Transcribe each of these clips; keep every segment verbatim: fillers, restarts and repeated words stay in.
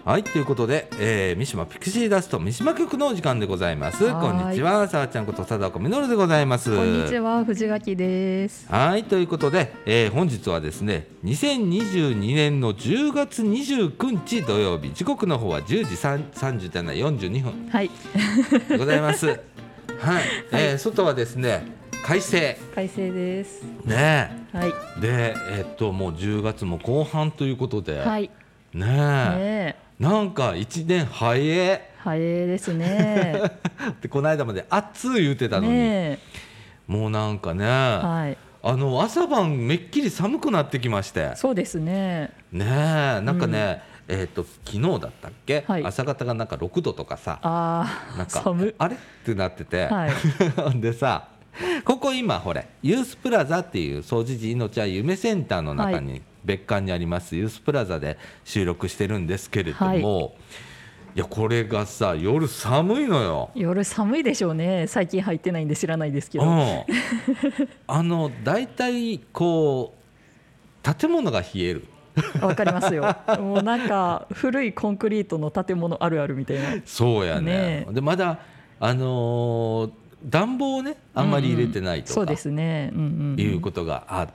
はい、ということで、えー、三島ピクシーダスト三島局のお時間でございます。こんにちは、さあちゃんこと貞子みのるでございます。 こんにちは、藤垣です。 はい、ということで、えー、本日はですねにせんにじゅうにねんのじゅうがつにじゅうくにち土曜日、時刻の方はじゅうじさんじゅうなな、よんじゅうにふん、はい、でございます。はい、えー、外はですね快晴快晴ですね。 はい、 で、えー、っともうじゅうがつも後半ということで、 はい、 ねえ、ねなんかいちねん早い早いですねでこの間まで暑い言うてたのに、ね、もうなんかね、はい、あの朝晩めっきり寒くなってきまして。 そうですね。 ねえ、なんかね、うん、えー、と昨日だったっけ、はい、朝方がなんかろくどとかさ、 あなんか寒あれってなってて、はい、でさ、ここ今ほれユースプラザっていう総持寺命は夢センターの中に、はい、別館にありますユースプラザで収録してるんですけれども、はい、いやこれがさ夜寒いのよ。 夜寒いでしょうね。最近入ってないんで知らないですけど、うん、 あのだいたいこう建物が冷えるわかりますよ。もうなんか古いコンクリートの建物あるあるみたいな。 そうや ね, ねでまだあのー、暖房をねあんまり入れてないとか、うんうん、そうですね、うんうんうん、いうことがあって、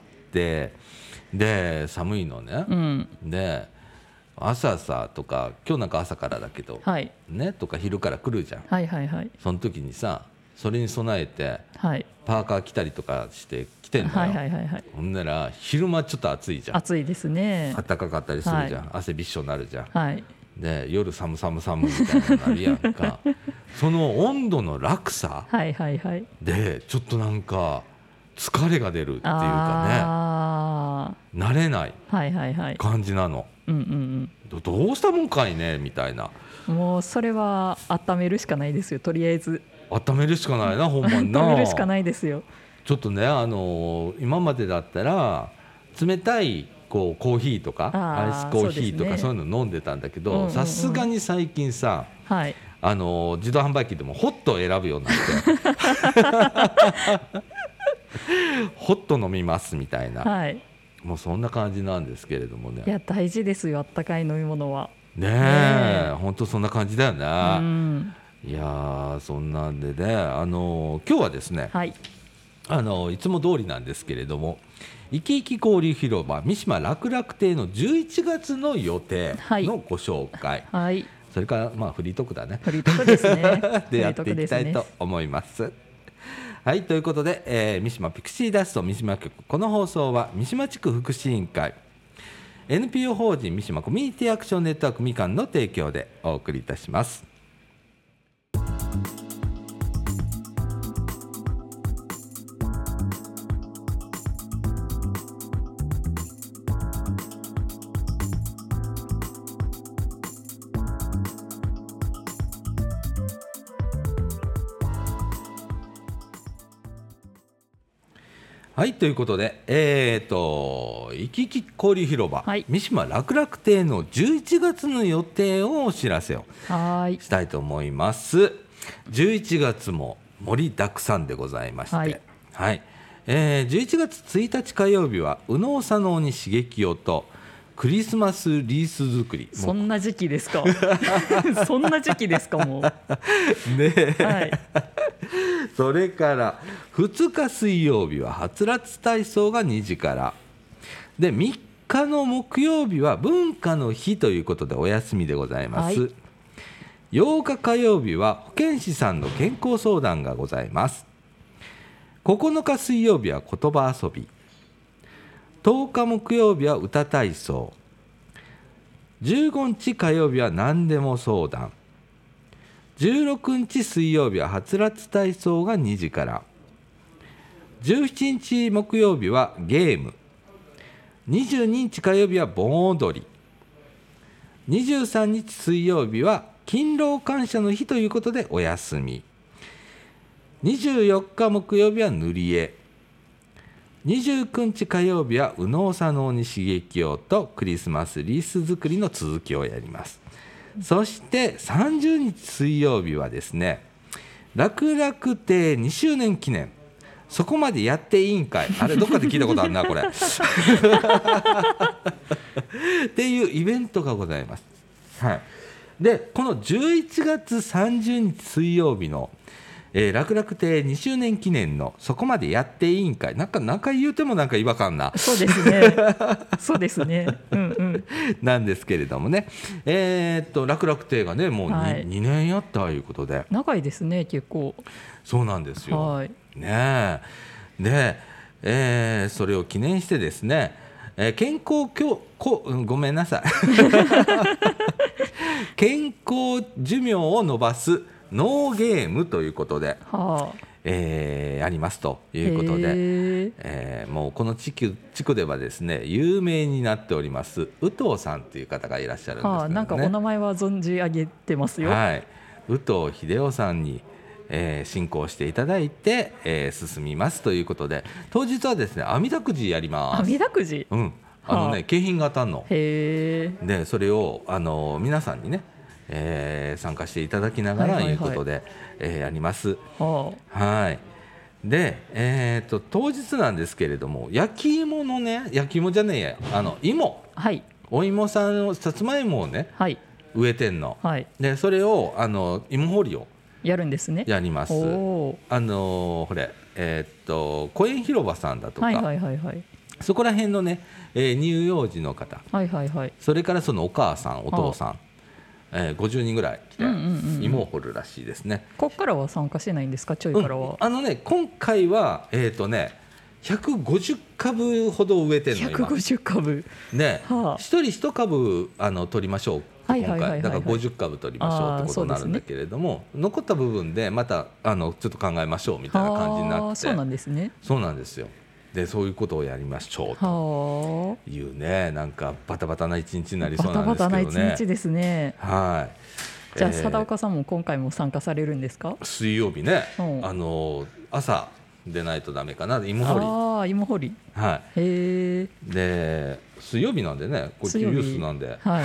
で寒いのね、うん、で朝さとか今日なんか朝からだけど、はい、ねとか昼から来るじゃん、はいはいはい、その時にさそれに備えて、はい、パーカー着たりとかして来てんだよ、はいはいはいはい、ほんなら昼間ちょっと暑いじゃん、暑いですね、暖かかったりするじゃん、はい、汗びっしょになるじゃん、はい、で夜寒寒寒みたいになるやんかその温度の落差、はいはいはい、でちょっとなんか疲れが出るっていうかね、慣れない感じなの、はいはいはい、うんうんうん、どうしたもんかいねみたいな。 もうそれは温めるしかないですよ。とりあえず温めるしかないなほんまにな温めるしかないですよ。 ちょっとね、あのー、今までだったら冷たいこうコーヒーとかアイスコーヒーとかそういうの飲んでたんだけど、さすがに最近さ、はい、あのー、自動販売機でもホットを選ぶようになってホット飲みますみたいな、はい、もうそんな感じなんですけれどもね。 いや大事ですよ、あったかい飲み物はねえ、ね、本当そんな感じだよね、うん、いやそんなんでね、あのー、今日はですね、はい、あのー、いつも通りなんですけれどもいきいき交流広場三島楽楽亭のじゅういちがつの予定のご紹介、はいはい、それからまあフリートークだね、 フリートークですねでやっていきたいと思います。はい、ということで、えー、三島ピクシーダスト三島局、この放送は三島地区福祉委員会 エヌピーオー 法人三島コミュニティアクションネットワークみかんの提供でお送りいたします。はい、ということで、えーと、いきいき交流広場、はい、三島楽楽亭のじゅういちがつの予定をお知らせをしたいと思います。じゅういちがつも盛りだくさんでございまして、はいはい、えー、じゅういちがつついたち火曜日は右脳左脳に刺激をとクリスマスリース作り。 そんな時期ですかそんな時期ですかもうねえ、はい、それからふつか水曜日ははつらつ体操がにじからで、みっかの木曜日は文化の日ということでお休みでございます、はい、ようか火曜日は保健師さんの健康相談がございます。ここのか水曜日は言葉遊び、とおか木曜日は歌体操、じゅうごにち火曜日は何でも相談、じゅうろくにち水曜日ははつらつ体操がにじから、じゅうしちにち木曜日はゲーム、にじゅうににち火曜日は盆踊り、にじゅうさんにち水曜日は勤労感謝の日ということでお休み、にじゅうよっか木曜日は塗り絵、にじゅうくにち火曜日は右脳左脳に刺激をとクリスマスリース作りの続きをやります。そしてさんじゅうにち水曜日はですね、楽楽亭にしゅうねん記念、そこまでやっていいんかい、あれどっかで聞いたことあるなこれっていうイベントがございます。はい、 でこのじゅういちがつさんじゅうにち水曜日の、えー、楽々亭にしゅうねん記念のそこまでやって委員会、なんか何回言うてもなんか違和感なそうですねそうですね、うんうん、 なんですけれどもね、えー、っと楽々亭がねもう 2,、はい、にねんやったということで長いですね結構。 そうなんですよ、 はい、 ねで、えー、それを記念してですね、えー、健康教こごめんなさい健康寿命を伸ばすノーゲームということで、はあえー、ありますということで、えー、もうこの地区、地区ではですね有名になっております宇藤さんという方がいらっしゃるんですけどね、はあ、 なんかお名前は存じ上げてますよ、 はい、宇藤秀夫さんに、えー、進行していただいて、えー、進みますということで、当日はですねあみだくじやります。 あみだくじ、 うんあのね、はあ、景品が当たんのへで、それをあの皆さんにね、えー、参加していただきながら、はいはいはい、いうことで、えー、やります、はあ、はいで、えー、と当日なんですけれども焼き芋のね焼き芋じゃねえやあの芋、はい、お芋さんのさつまいもをね、はい、植えてんの、はい、でそれをあの芋掘りをやるんですね。 やります。あのほれ、えー、と公園広場さんだとか、はいはいはいはい、そこら辺のね、えー、乳幼児の方、はいはいはい、それからそのお母さんお父さん、はあえー、ごじゅうにんぐらい来て、うんうんうんうん、芋を掘るらしいですね。 こっからは参加してないんですか？ちょいからは、 うん、あのね今回はえっ、ー、とねひゃくごじゅっかぶほど植えてるの今。 ひゃくごじゅっかぶね、はあ、ひとりいちかぶあの取りましょう、今回だからごじゅっかぶ取りましょうってことになるんだけれども、ね、残った部分でまたあのちょっと考えましょうみたいな感じになって、 そうなんですね。 そうなんですよ。でそういうことをやりましょうというね、なんかバタバタな一日になりそうなんですけどね。 バタバタな一日ですね。 はい。 じゃあ貞岡さんも今回も参加されるんですか？ 水曜日ね、あの朝でないとダメかな、芋掘り。 ああ、芋掘り。 はい。へえ。で水曜日なんでね、こっちユースなんで、はい、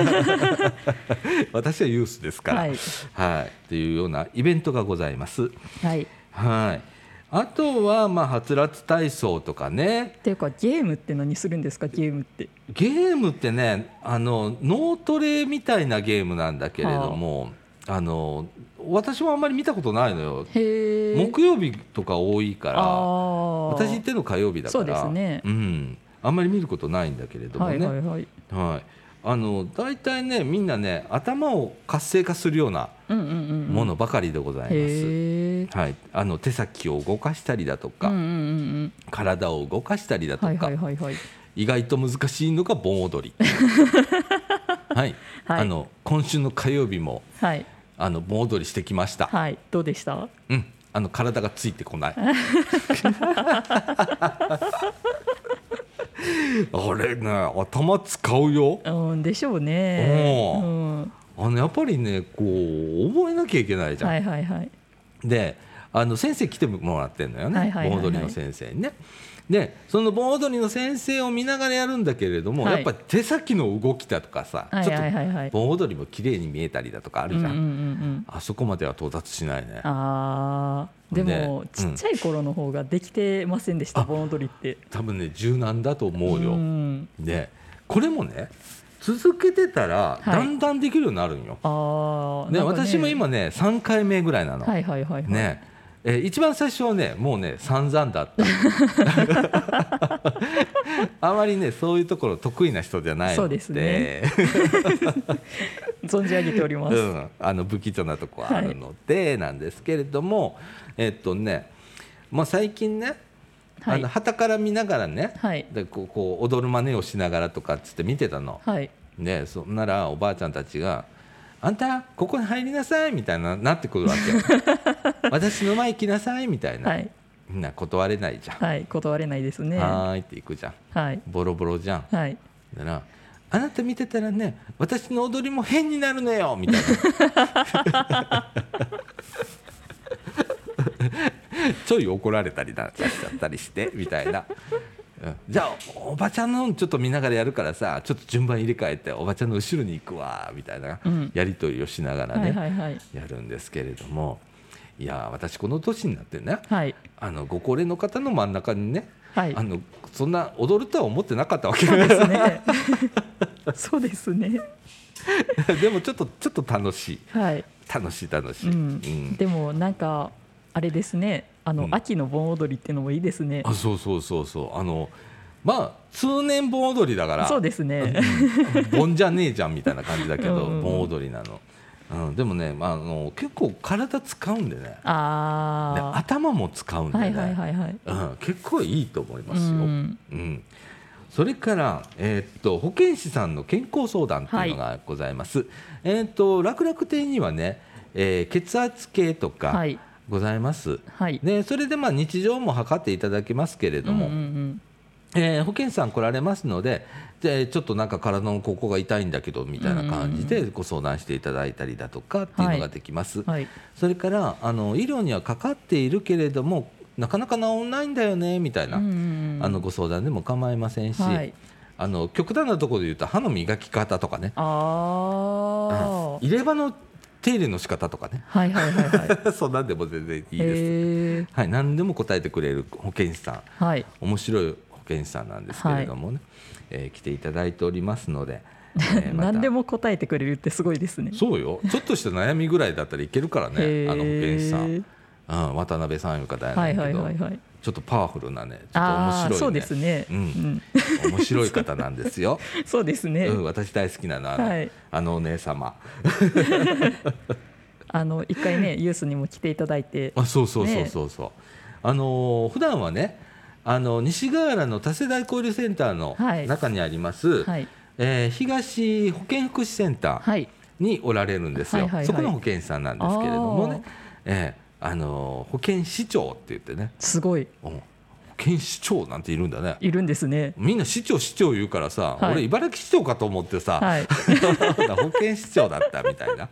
私はユースですから、はい、はい、っていうようなイベントがございます。はい。はい。あとはまあはつらつ体操とかね。 っていうかゲームって何するんですか？ゲームってゲームってね、あの脳トレみたいなゲームなんだけれども、はあ、あの私もあんまり見たことないのよ。へー。木曜日とか多いから、私行ってるの火曜日だから、そうですね、うん、あんまり見ることないんだけれどもね、はいはいはい、はい、あのだいたいねみんなね頭を活性化するようなものばかりでございます、うんうんうん、はい、あの手先を動かしたりだとか、うんうんうん、体を動かしたりだとか、はいはいはいはい、意外と難しいのが盆踊り、はい、はい、あの今週の火曜日も、はい、あの盆踊りしてきました、 はい、どうでした？ うん、あの体がついてこないあれね頭使うよ、 うん、でしょうね、うん、 あのやっぱりねこう覚えなきゃいけないじゃん、はいはいはい、であの先生来てもらってるのよね、はいはいはいはい、盆踊りの先生にね。でその盆踊りの先生を見ながらやるんだけれども、はい、やっぱり手先の動きだとかさ、はいはいはいはい、ちょっと盆踊りも綺麗に見えたりだとかあるじゃん、うんうんうんうん、あそこまでは到達しないね。 あでもちっちゃい頃の方ができてませんでした、うん、盆踊りって多分ね柔軟だと思うよ、うん、でこれもね続けてたらだんだんできるようになるんよ、はい、あ、ね、私も今ねさんかいめぐらいなの、はいはいはいはい、ね、えー、一番最初はねもうね散々だったあまりねそういうところ得意な人じゃないので、そうですね存じ上げております、うん、 あの不吉祥なところあるのでなんですけれども、はい、えー、っとね、まあ、最近ね、はい、あの旗から見ながらね、はい、でこうこう踊る真似をしながらとかっつって見てたの、はい、でそんならおばあちゃんたちがあんたここに入りなさいみたいななってくるわけ私の前来なさいみたいな、はい、みんな断れないじゃん、はい、 断れないですね。 はーいって行くじゃん、はい、ボロボロじゃん、はい、だからあなた見てたらね私の踊りも変になるのよみたいなちょい怒られたりなんかしちゃったりしてみたいな、うん、じゃあおばちゃんのちょっと見ながらやるからさちょっと順番入れ替えておばちゃんの後ろに行くわみたいなやり取りをしながらね、うん、はいはいはい、やるんですけれども、いや私この年になってね、はい、あのご高齢の方の真ん中にね、はい、あのそんな踊るとは思ってなかったわけですねそうですね。 でもちょっとちょっと楽しい、 はい、 楽しい楽しい、 うんうん、 でもなんかあれですね、あの、 うん、 秋の盆踊りっていうのもいいですね。 あ、そうそうそうそう、あのまあ通年盆踊りだから、 そうですね、 うん、盆じゃねえじゃんみたいな感じだけどうんうん、 盆踊りなの、うん、でもね、まあ、あの結構体使うんでね、であ頭も使うんあ、 でね、 はいはいはいはい、 うん、結構いいと思いますよ、 ううんん、それから、えーっと保健師さんの健康相談というのがございます、はい、えーっと楽々亭にはね、えー血圧計とか、 はい、 ございます、 はい、 でそれでまあ日常も測っていただけますけれども、 うんうんうん、 えー保健師さん来られますので、でちょっとなんか体のここが痛いんだけどみたいな感じでご相談していただいたりだとかっていうのができます、 はいはい、 それからあの医療にはかかっているけれどもなかなか治んないんだよねみたいな、 うんうんうん、 あのご相談でも構いませんし、 はい、 あの極端なところで言うと歯の磨き方とかね、 ああ、 入れ歯の手入れの仕方とかね、 はいはいはいはい、 そんなんでも全然いいです、 へー、 はい、何でも答えてくれる保健師さん、 はい、 面白い保健師さんなんですけれどもね、はい、えー来ていただいておりますので、えーまた何でも答えてくれるってすごいですね。 そうよ、ちょっとした悩みぐらいだったらいけるからね、あの保健師さん、うん、渡辺さんいう方やねんけど、はいはいはいはい、ちょっとパワフルなね、ちょっと面白いね、 そうですね、 うん、うん、面白い方なんですよそうですね、 うん、私大好きなのは、ね、はい、あのお姉様あの一回ねユースにも来ていただいて、 あ、そうそうそうそうそう、ね、あの普段はね、あの西河原の多世代交流センターの中にあります、はい、えー、東保健福祉センターにおられるんですよ、はいはいはい、そこの保健師さんなんですけれどもね、えー、あの保健師長って言ってね、 すごい、 うん、保健師長なんているんだね、 いるんですね、 みんな市長市長言うからさ、はい、俺茨城市長かと思ってさ、はい、保健師長だったみたいな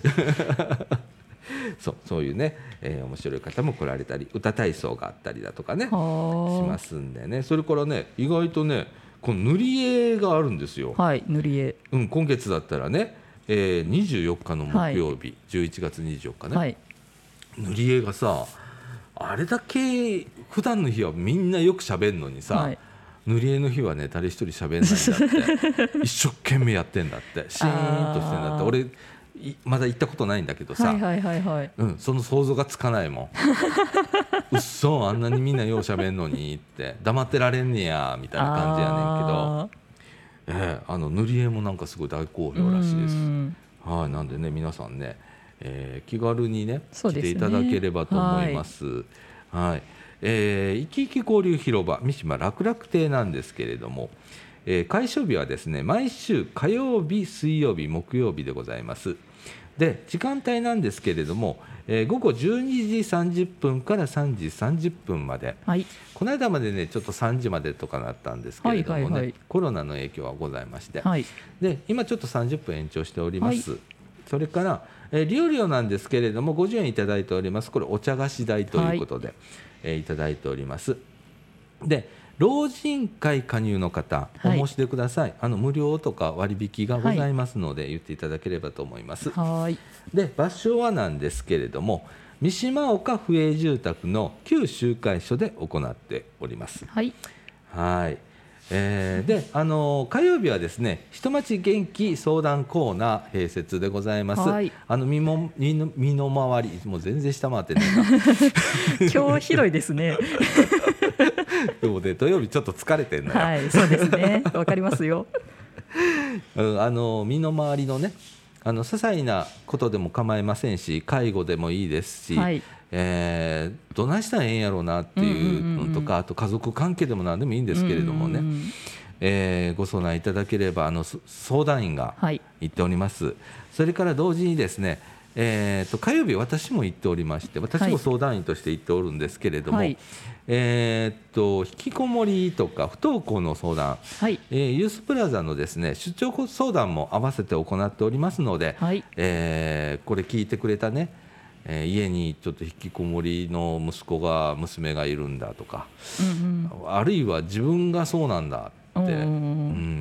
そうそういうね、えー、面白い方も来られたり、歌体操があったりだとかねしますんでね、それからね意外とねこの塗り絵があるんですよ、 はい、塗り絵、 うん、今月だったらね、えー、にじゅうよっかの木曜日、はい、じゅういちがつにじゅうよっかね、はい、塗り絵がさあれだけ普段の日はみんなよく喋るのにさ、はい、塗り絵の日はね誰一人喋んないんだって一生懸命やってんだって、シーンとしてんだって、俺まだ行ったことないんだけどさ、はいはいはいはい、うん、その想像がつかないもんうっそ、あんなにみんなよう喋んのにって黙ってられんねやみたいな感じやねんけど、えー、あの塗り絵もなんかすごい大好評らしいです。はい、なんでね皆さんね、えー、気軽にね来ていただければと思います。はいはい、えー、いきいき交流広場三島楽々亭なんですけれども、えー、開所日はですね毎週火曜日水曜日木曜日でございます。で時間帯なんですけれども、えー、午後じゅうにじさんじゅっぷんからさんじさんじゅっぷんまで、はい、この間までねちょっとさんじまでとかなったんですけれどもね、はいはいはい、コロナの影響はございまして、はい、で今ちょっとさんじゅっぷん延長しております、はい、それから、えー、利用料なんですけれどもごじゅうえんいただいております。これお茶菓子代ということで、はい、えー、いただいております。で老人会加入の方お申し出ください、はい、あの無料とか割引がございますので、はい、言っていただければと思います。はい、で場所はなんですけれども三島岡府営住宅の旧集会所で行っております。はい、はい、えー、であの火曜日はですね人町元気相談コーナー併設でございます。はい、あの身も身の身の回りもう全然下回ってないな今日広いですねでもね土曜日ちょっと疲れてるのよ。 はい、そうですね、わかりますようん、あの身の回りのねあの些細なことでも構いませんし介護でもいいですし、はい、えー、どないしたらええんやろうなっていうのとか、うんうんうん、あと家族関係でも何でもいいんですけれどもね、うんうんうん、えー、ご相談いただければあの相談員が行っております、はい、それから同時にですね、えー、と火曜日私も行っておりまして私も相談員として行っておるんですけれども、はい、えー、と引きこもりとか不登校の相談、はい、えー、ユースプラザのですね出張相談も合わせて行っておりますので、はい、えー、これ聞いてくれたね、えー、家にちょっと引きこもりの息子が娘がいるんだとか、うんうん、あるいは自分がそうなんだって、うんうん、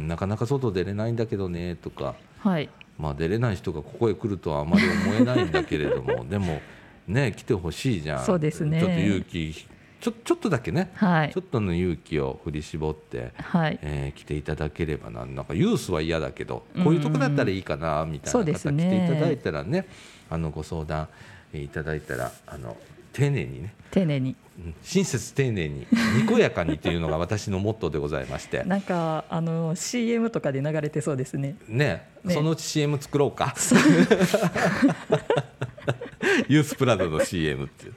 なかなか外出れないんだけどねとか、はい、まあ、出れない人がここへ来るとはあまり思えないんだけれどもでもね来てほしいじゃん。 そうですね、 ちょっと勇気ちょ、ちょっとだけね、 はい、 ちょっとの勇気を振り絞って、 はいえー来ていただければな。なんかユースは嫌だけどこういうとこだったらいいかなみたいな方、 そうですね、 来ていただいたらね、あのご相談いただいたらあの丁寧にね、 丁寧に、 うん、親切丁寧ににこやかにというのが私のモットーでございましてなんかあの シーエム とかで流れてそうですね。 ね、 ね、 そのうち シーエム 作ろうかユースプラザの シーエム っていう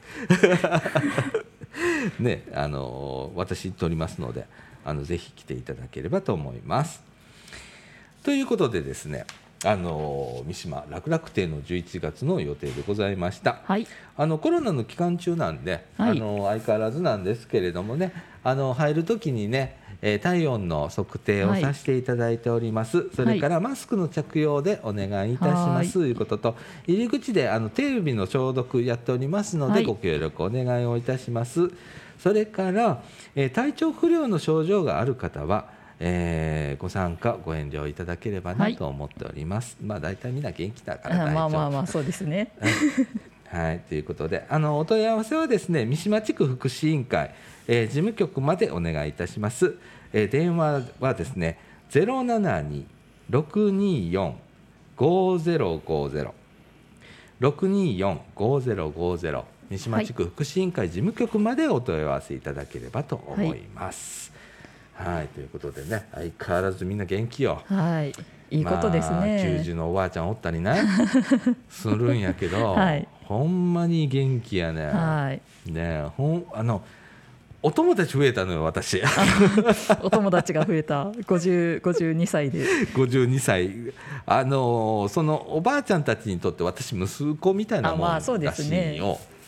ね、あの私撮りますので、あのぜひ来ていただければと思います。ということでですね、あの三島楽楽亭のじゅういちがつの予定でございました、 はい、 あのコロナの期間中なんで、 はい、 あの相変わらずなんですけれどもね、あの入るときにね、えー、体温の測定をさせていただいております、はい、それからマスクの着用でお願いいたしますということと、入り口であの手指の消毒やっておりますので、はい、ご協力お願いをいたします。それから、えー、体調不良の症状がある方はえー、ご参加ご遠慮いただければなと思っております、はい、まあ大体みんな元気だから大丈夫。 まあまあまあそうですねはい、ということで、あのお問い合わせはですね、三島地区福祉委員会、えー、事務局までお願いいたします、えー、電話はですね ゼロななに ろくによん ごゼロごゼロ ろくによん ごゼロごゼロ 三島地区福祉委員会事務局までお問い合わせいただければと思います、はいはい、ということでね、相変わらずみんな元気よ。 はい、いいことですね。 まあ、きゅうじゅうのおばあちゃんおったりねするんやけど、 はい、 ほんまに元気やね。 はい、 ね、ほんあのお友達増えたのよ私お友達が増えたごじゅう、ごじゅうにさいでごじゅうにさい、あのそのおばあちゃんたちにとって私息子みたいなもんらしいよ。 まあそうですね。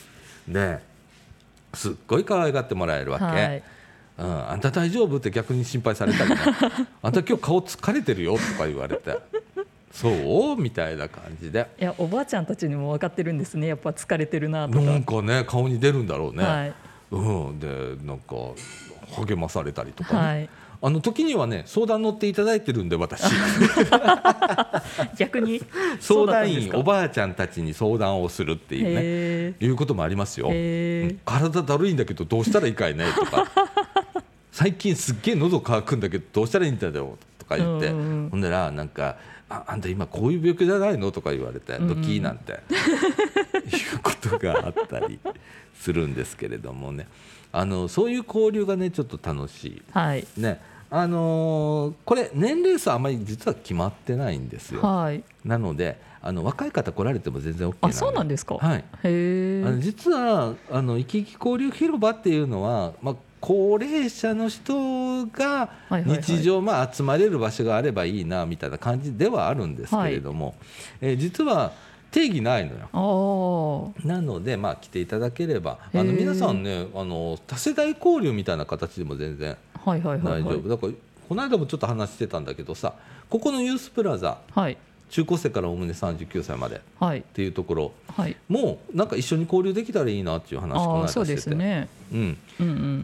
ですっごい可愛がってもらえるわけ、はい、うん、あんた大丈夫って逆に心配されたり、ね、あんた今日顔疲れてるよとか言われてそうみたいな感じで、 いやおばあちゃんたちにも分かってるんですね、やっぱ疲れてるなとか。 なんかね顔に出るんだろうね、 はい、 うん、でなんか励まされたりとか、ね、 はい、 あの時にはね相談乗っていただいてるんで私逆に相談員おばあちゃんたちに相談をするっていうねいうこともありますよ。体だるいんだけどどうしたらいいかいねとか最近すっげえ喉乾くんだけどどうしたらいいんだよとか言って、うんうん、ほんならなんか あ, あんた今こういう病気じゃないのとか言われて、うんうん、ドキーなんていうことがあったりするんですけれどもね、あのそういう交流がねちょっと楽しい、 はい、 ね、あのー、これ年齢差あまり実は決まってないんですよ、はい、なのであの若い方来られても全然 OK なんで。 あ、そうなんですか。 はい、へあの実はあのいきいき交流広場っていうのは、まあ、高齢者の人が日常、まあ、集まれる場所があればいいなみたいな感じではあるんですけれども、はい、えー、実は定義ないのよ。なので、まあ、来ていただければあの皆さんねあの多世代交流みたいな形でも全然大丈夫だから、この間もちょっと話してたんだけどさ、ここのユースプラザ、はい、中高生からおおむねさんじゅうきゅうさいまでっていうところ、はい、もうなんか一緒に交流できたらいいなっていう話この間してて、そうですね、うんうんうん、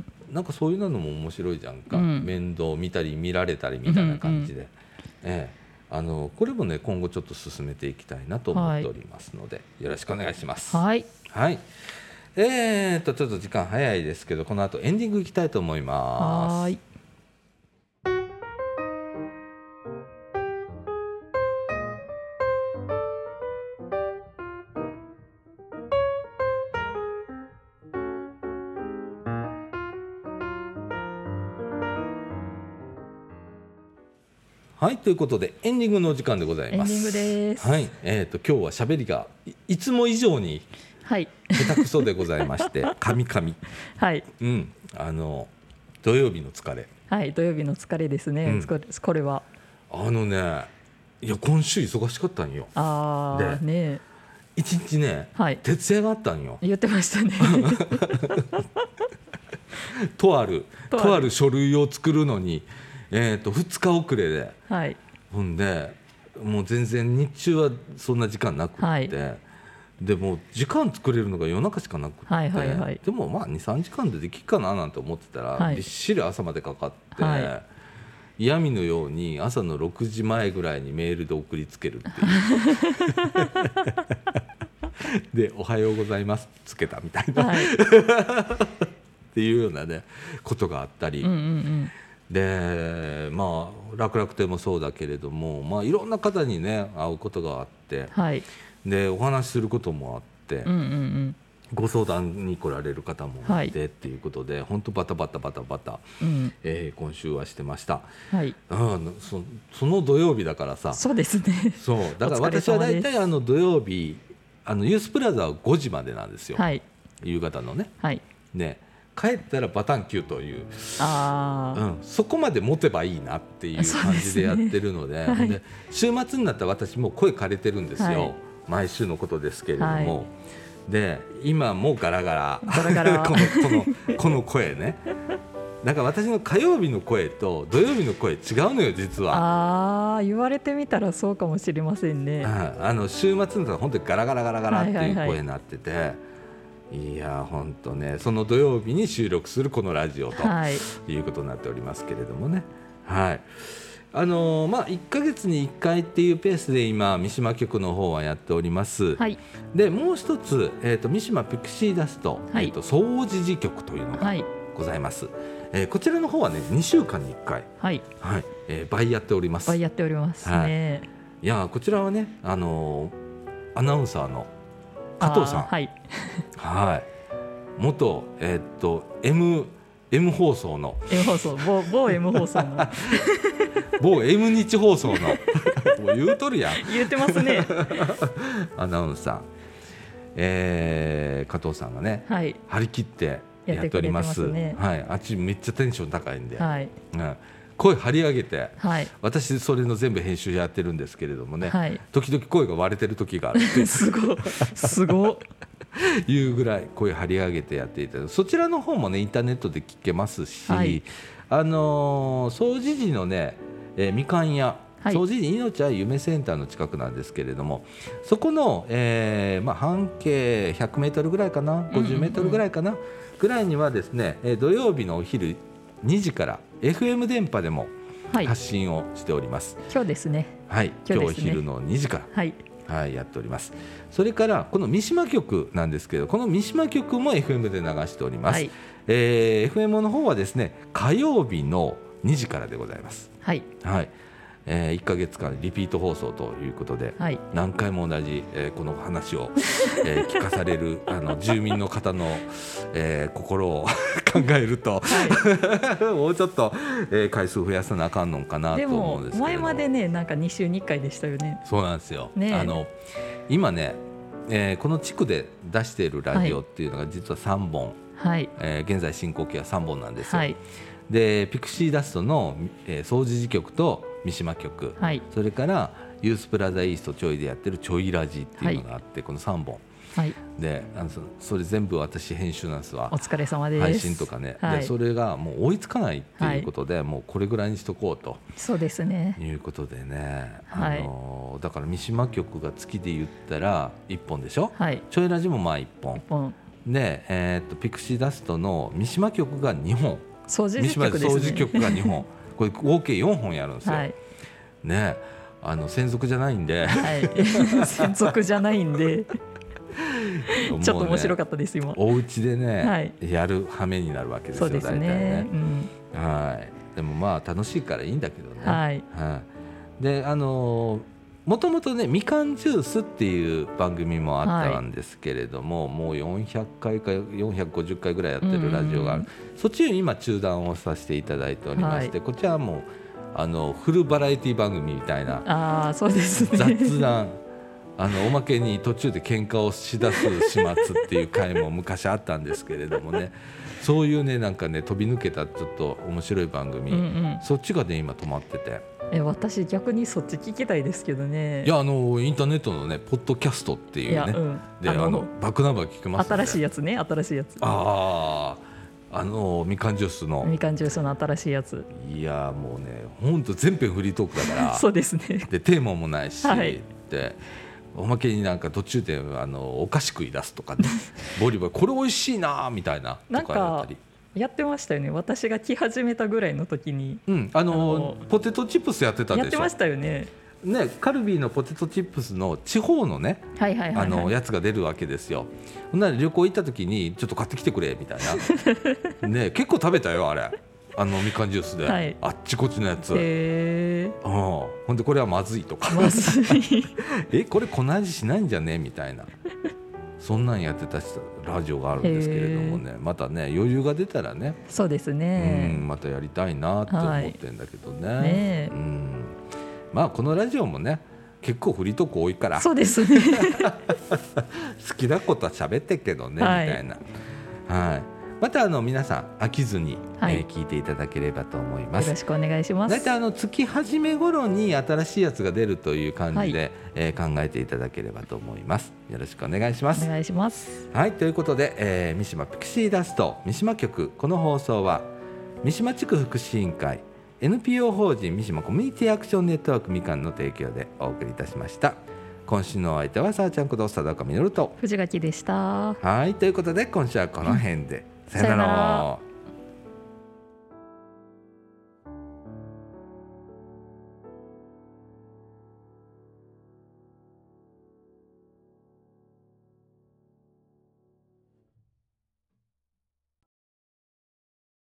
なんかそういうのも面白いじゃんか、うん、面倒見たり見られたりみたいな感じで、うんうん、ええ、あのこれもね今後ちょっと進めていきたいなと思っておりますので、はい、よろしくお願いします。はい、はい、えー、とちょっと時間早いですけどこの後エンディングいきたいと思います。はい、はい、ということでエンディングのお時間でございます。 エンディングです。 はい、えー、と今日はしゃべりが い, いつも以上に下手くそでございましてカミカミ、はい、うん、あの土曜日の疲れ、 はい、土曜日の疲れですね、うん、これはあのね、いや今週忙しかったんよ。 あーでね、 一日ね、はい、徹夜があったんよ。 言ってましたねとあるとある書類を作るのにえー、とふつか遅れで、はい、ほんでもう全然日中はそんな時間なくって、はい、でも時間作れるのが夜中しかなくって、はいはいはい、でもまあ にさんじかんでできるかななんて思ってたら、はい、びっしり朝までかかって、はい、嫌味のように朝のろくじまえぐらいにメールで送りつけるっていうでおはようございますつけたみたいな、はいっていうようなねことがあったり、 うんうんうん、 でまあ楽々亭もそうだけれども、まあ、いろんな方にね会うことがあって、 はい、 でお話しすることもあって、 うんうんうん、 ご相談に来られる方もいて、はい、っていうことで本当バタバタバタバタ、うんえー、今週はしてました、はいうん、そ, その土曜日だからさそうですねそうだから私は大体あの土曜日あのユースプラザはごじまでなんですよ、はい、夕方のね、はい、ね帰ったらバタンキューという、あ、うん、そこまで持てばいいなっていう感じでやってるの で, で、ねはい、で週末になったら私もう声枯れてるんですよ、はい、毎週のことですけれども、はい、で今もうガラガラガラガラこ, のこ, のこの声ねだから私の火曜日の声と土曜日の声違うのよ実は。 あ言われてみたらそうかもしれませんね。 ああの週末の時は本当にガラガラガラガラっていう声になってて、はいはいはい、いや本当ねその土曜日に収録するこのラジオということになっておりますけれどもね、はいあのーまあ、いっかげつにいっかいっていうペースで今三島局の方はやっております、はい、でもう一つ、えーと、三島ピクシーダスト、はいえーと、総持寺局というのがございます、はいえー、こちらの方はねにしゅうかんにいっかい、はいはいえー、倍やっております倍やっておりますね、はい、 いやこちらはね、あのー、アナウンサーの加藤さんはい、はい、元、えーと、M, M 放送の M 放送 某, 某 M 放送の某 M 日放送のもう言うとるやん言ってますねアナウンサー、えー、加藤さんがね、はい、張り切ってやっております。ねはい、あっちめっちゃテンション高いんで、はいうん、声張り上げて、はい、私それの全部編集やってるんですけれどもね、はい、時々声が割れてる時があるすごすごいうぐらい声張り上げてやっていただく。そちらの方もねインターネットで聞けますし、はい、あのー、総持寺のね、えー、みかん屋総持寺命は夢センターの近くなんですけれども、そこの、えーまあ、半径ひゃくメートルぐらいかなごじゅうメートルぐらいかな、うんうんうんぐらいにはですね、土曜日のお昼にじから エフエム 電波でも発信をしております、はい、 今日ですね、 はい、今日お昼のにじから、はいはい、やっております。それからこの三島局なんですけど、この三島局も エフエム で流しております、はいえー、エフエム の方はですね火曜日のにじからでございます。はい、はいえー、いっかげつかんリピート放送ということで、はい、何回も同じ、えー、この話を、えー、聞かされるあの住民の方の、えー、心を考えると、はい、もうちょっと、えー、回数増やさなあかんのかなと思うんですけど。 でも前までねなんかに週にいっかいでしたよね。 そうなんですよ、ね、あの今ね、えー、この地区で出しているラジオっていうのが実はさんぼん、はいえー、現在進行形はさんぼんなんですよ、はい、でピクシーダストの、えー、総持寺局と三島局、はい、それからユースプラザイーストちょいでやってるちょいラジっていうのがあって、はい、このさんぼん、はい、であの そ, それ全部私編集なんですわ。 お疲れ様です。 配信とかね、はい、でそれがもう追いつかないっていうことで、はい、もうこれぐらいにしとこうとそうですねいうことでね、はい、あのだから三島局が月で言ったらいっぽんでしょ、はい、ちょいラジもまあいっぽん、いっぽんで、えー、とピクシーダストの三島局がにほん、 総持寺局ですね、 総持寺局がにほんこれ合計よんほんやるんですよ、はい、ねあの専属じゃないんで、はい、 専属じゃないんでちょっと面白かったです今。 お家でね、はい、やる羽目になるわけですよ。そうですね、大体ね、うん、はいでもまあ楽しいからいいんだけどね、はいはい、であのもともとねみかんジュースっていう番組もあったんですけれども、はい、もうよんひゃっかいかよんひゃくごじゅっかいぐらいやってるラジオがある、そっちに今中断をさせていただいておりまして、はい、こちらはもうあのフルバラエティ番組みたいな、 あそうですね、 雑談あのおまけに途中で喧嘩をしだす始末っていう回も昔あったんですけれどもねそういうねなんかね飛び抜けたちょっと面白い番組、うんうん、そっちがね今止まってて、 え私逆にそっち聞きたいですけどね。 いやあのインターネットのねポッドキャストっていうね、うん、であのあのバックナンバー聞けますので、 新しいやつね新しいやつ、 あああのみかんジュースのみかんジュースの新しいやつ、 いやもうねほんと全編フリートークだからそうですね、 でテーマもないし、はい、でおまけになんか途中であのお菓子食い出すとか、ね、ボリボリこれ美味しいなみたいなとかやったりやってましたよね。私が来始めたぐらいの時に、 うん、あのあのポテトチップスやってたでしょ。 やってましたよね。 ね、カルビーのポテトチップスの地方のね、 はいはいはいはい、 あのやつが出るわけですよ。ほんなら旅行行った時にちょっと買ってきてくれみたいなね、結構食べたよあれ、あのみかんジュースで、はい、あっちこっちのやつ。へー、ほんでこれはまずいとかまずいえこれ粉味しないんじゃねみたいなそんなんやってたラジオがあるんですけれどもね、またね余裕が出たらね、 そうですね、 うん、またやりたいなって思ってんだけどね、はい、 ね、 うん、まあこのラジオもね結構フリートーク多いから、 そうですね好きなことは喋ってっけどね、はい、みたいな、はい、またあの皆さん飽きずに、はい、えー、聞いていただければと思います。 よろしくお願いします。 だいたいあの月始め頃に新しいやつが出るという感じで、はい、えー、考えていただければと思います。よろしくお願いします。 お願いします。 はい、ということで、えー、三島ピクシーダスト三島局、この放送は三島地区福祉委員会 エヌピーオー 法人三島コミュニティアクションネットワークみかんの提供でお送りいたしました。今週のお相手はさあちゃんこと佐岡実と藤垣でした。 はい、ということで今週はこの辺で、うん、さよなら。